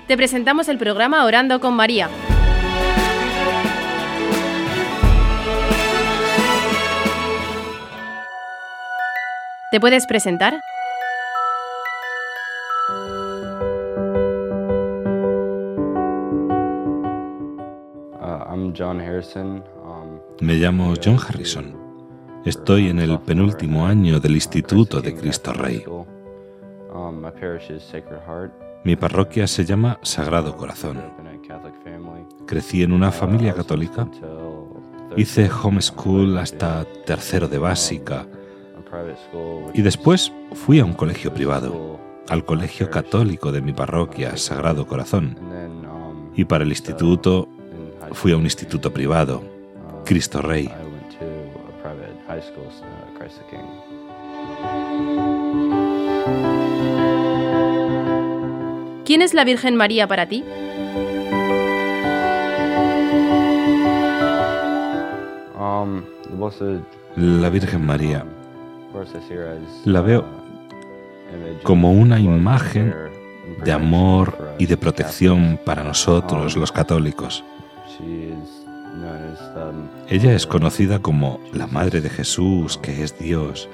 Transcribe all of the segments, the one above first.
Te presentamos el programa Orando con María. ¿Te puedes presentar? Me llamo John Harrison. Estoy en el penúltimo año del Instituto de Cristo Rey. Mi parroquia se llama Sagrado Corazón. Crecí en una familia católica. Hice homeschool hasta tercero de básica y después fui a un colegio privado, al colegio católico de mi parroquia, Sagrado Corazón. Y para el instituto fui a un instituto privado, Cristo Rey. ¿Quién es la Virgen María para ti? La Virgen María la veo como una imagen de amor y de protección para nosotros, los católicos. Ella es conocida como la Madre de Jesús, que es Dios.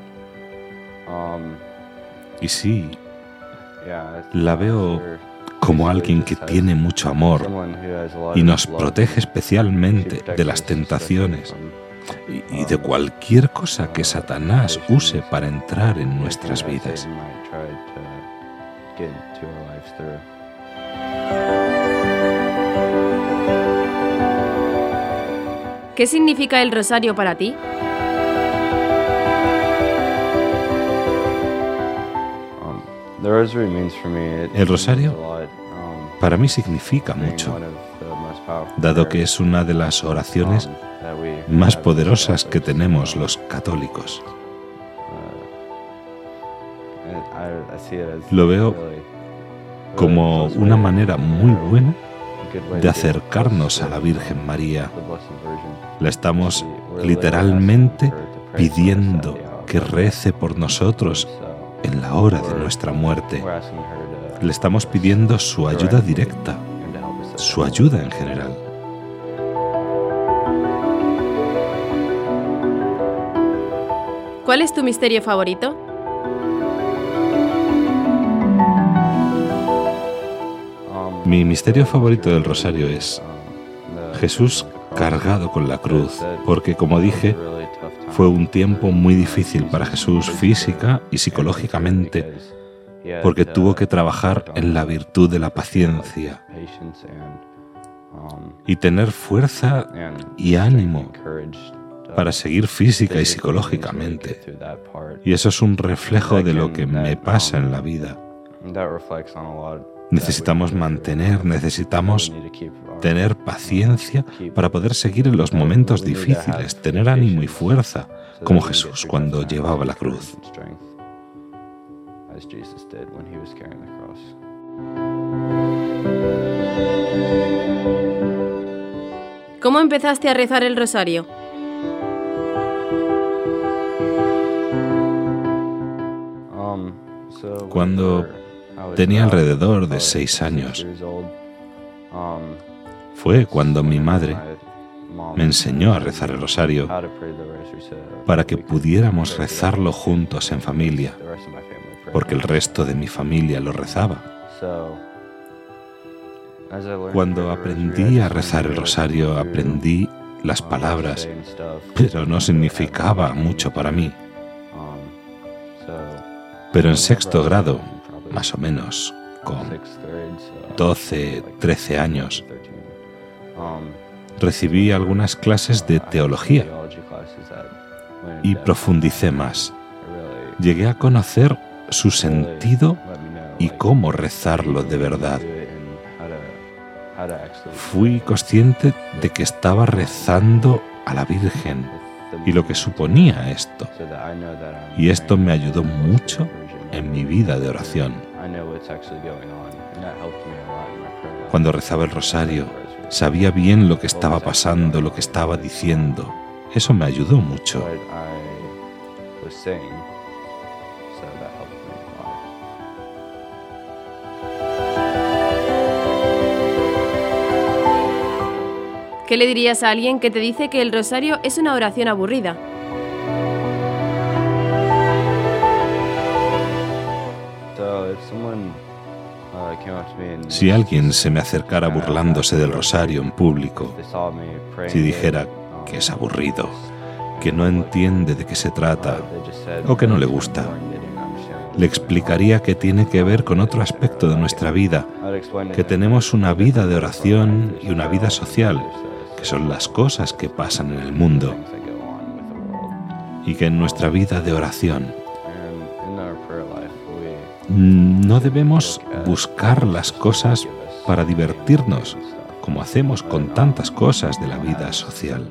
Y sí, la veo como alguien que tiene mucho amor y nos protege especialmente de las tentaciones y de cualquier cosa que Satanás use para entrar en nuestras vidas. ¿Qué significa el rosario para ti? El rosario para mí significa mucho, dado que es una de las oraciones más poderosas que tenemos los católicos. Lo veo como una manera muy buena de acercarnos a la Virgen María. La estamos literalmente pidiendo que rece por nosotros en la hora de nuestra muerte. Le estamos pidiendo su ayuda directa, su ayuda en general. ¿Cuál es tu misterio favorito? Mi misterio favorito del rosario es Jesús cargado con la cruz, porque, como dije, fue un tiempo muy difícil para Jesús física y psicológicamente, porque tuvo que trabajar en la virtud de la paciencia y tener fuerza y ánimo para seguir física y psicológicamente. Y eso es un reflejo de lo que me pasa en la vida. Necesitamos tener paciencia para poder seguir en los momentos difíciles, tener ánimo y fuerza, como Jesús cuando llevaba la cruz. ¿Cómo empezaste a rezar el rosario? Cuando tenía alrededor de 6 años, fue cuando mi madre me enseñó a rezar el rosario para que pudiéramos rezarlo juntos en familia, porque el resto de mi familia lo rezaba. Cuando aprendí a rezar el rosario, aprendí las palabras, pero no significaba mucho para mí. Pero en 6º grado, más o menos, con 12, 13 años, recibí algunas clases de teología y profundicé más. Llegué a conocer su sentido y cómo rezarlo de verdad. Fui consciente de que estaba rezando a la Virgen y lo que suponía esto. Y esto me ayudó mucho en mi vida de oración. Cuando rezaba el rosario, sabía bien lo que estaba pasando, lo que estaba diciendo. Eso me ayudó mucho. ¿Qué le dirías a alguien que te dice que el rosario es una oración aburrida? Si alguien se me acercara burlándose del rosario en público, si dijera que es aburrido, que no entiende de qué se trata o que no le gusta, le explicaría que tiene que ver con otro aspecto de nuestra vida, que tenemos una vida de oración y una vida social, que son las cosas que pasan en el mundo, y que en nuestra vida de oración no debemos buscar las cosas para divertirnos, como hacemos con tantas cosas de la vida social.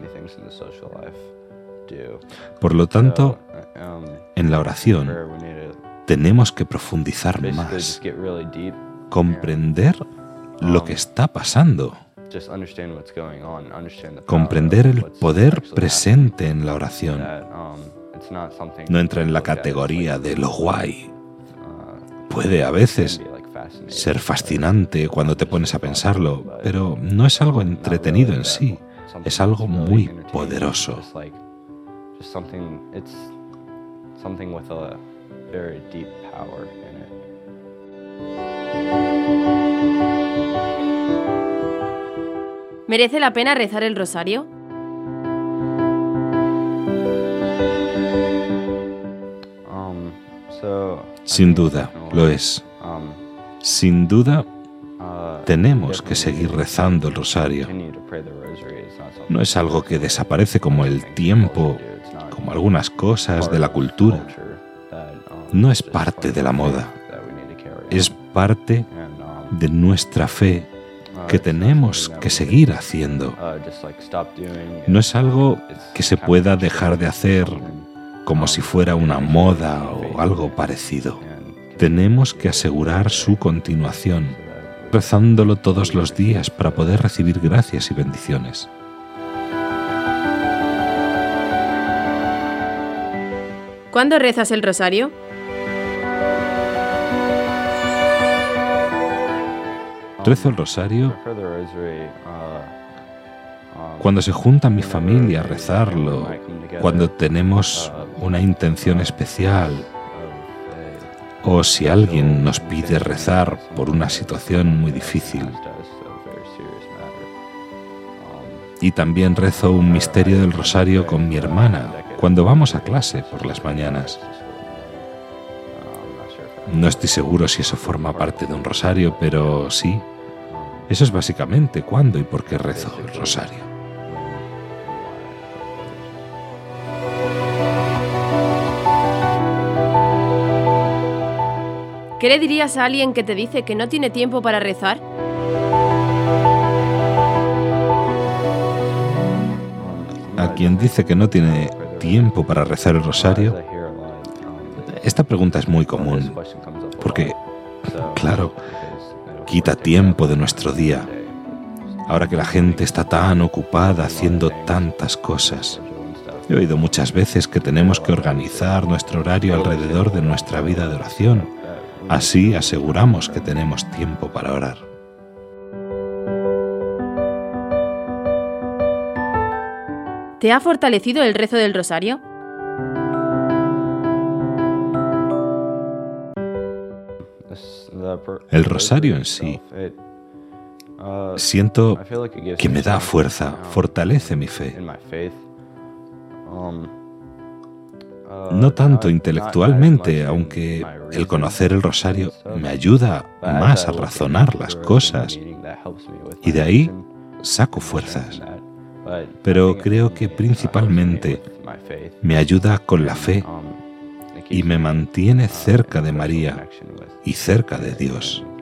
Por lo tanto, en la oración tenemos que profundizar más, comprender lo que está pasando, comprender el poder presente en la oración. No entra en la categoría de lo guay. Puede a veces ser fascinante cuando te pones a pensarlo, pero no es algo entretenido en sí, es algo muy poderoso. ¿Merece la pena rezar el rosario? Sin duda, lo es. Sin duda, tenemos que seguir rezando el rosario. No es algo que desaparece como el tiempo, como algunas cosas de la cultura. No es parte de la moda. Es parte de nuestra fe que tenemos que seguir haciendo. No es algo que se pueda dejar de hacer como si fuera una moda o algo parecido. Tenemos que asegurar su continuación, rezándolo todos los días para poder recibir gracias y bendiciones. ¿Cuándo rezas el rosario? Rezo el rosario cuando se junta mi familia a rezarlo, cuando tenemos una intención especial, o si alguien nos pide rezar por una situación muy difícil. Y también rezo un misterio del rosario con mi hermana cuando vamos a clase por las mañanas. No estoy seguro si eso forma parte de un rosario, pero sí. Eso es básicamente cuándo y por qué rezo el rosario. ¿Qué le dirías a alguien que te dice que no tiene tiempo para rezar? A quien dice que no tiene tiempo para rezar el rosario, esta pregunta es muy común, porque, claro, quita tiempo de nuestro día, ahora que la gente está tan ocupada haciendo tantas cosas. He oído muchas veces que tenemos que organizar nuestro horario alrededor de nuestra vida de oración. Así aseguramos que tenemos tiempo para orar. ¿Te ha fortalecido el rezo del rosario? El rosario en sí, siento que me da fuerza, fortalece mi fe. No tanto intelectualmente, aunque el conocer el rosario me ayuda más a razonar las cosas y de ahí saco fuerzas. Pero creo que principalmente me ayuda con la fe y me mantiene cerca de María y cerca de Dios.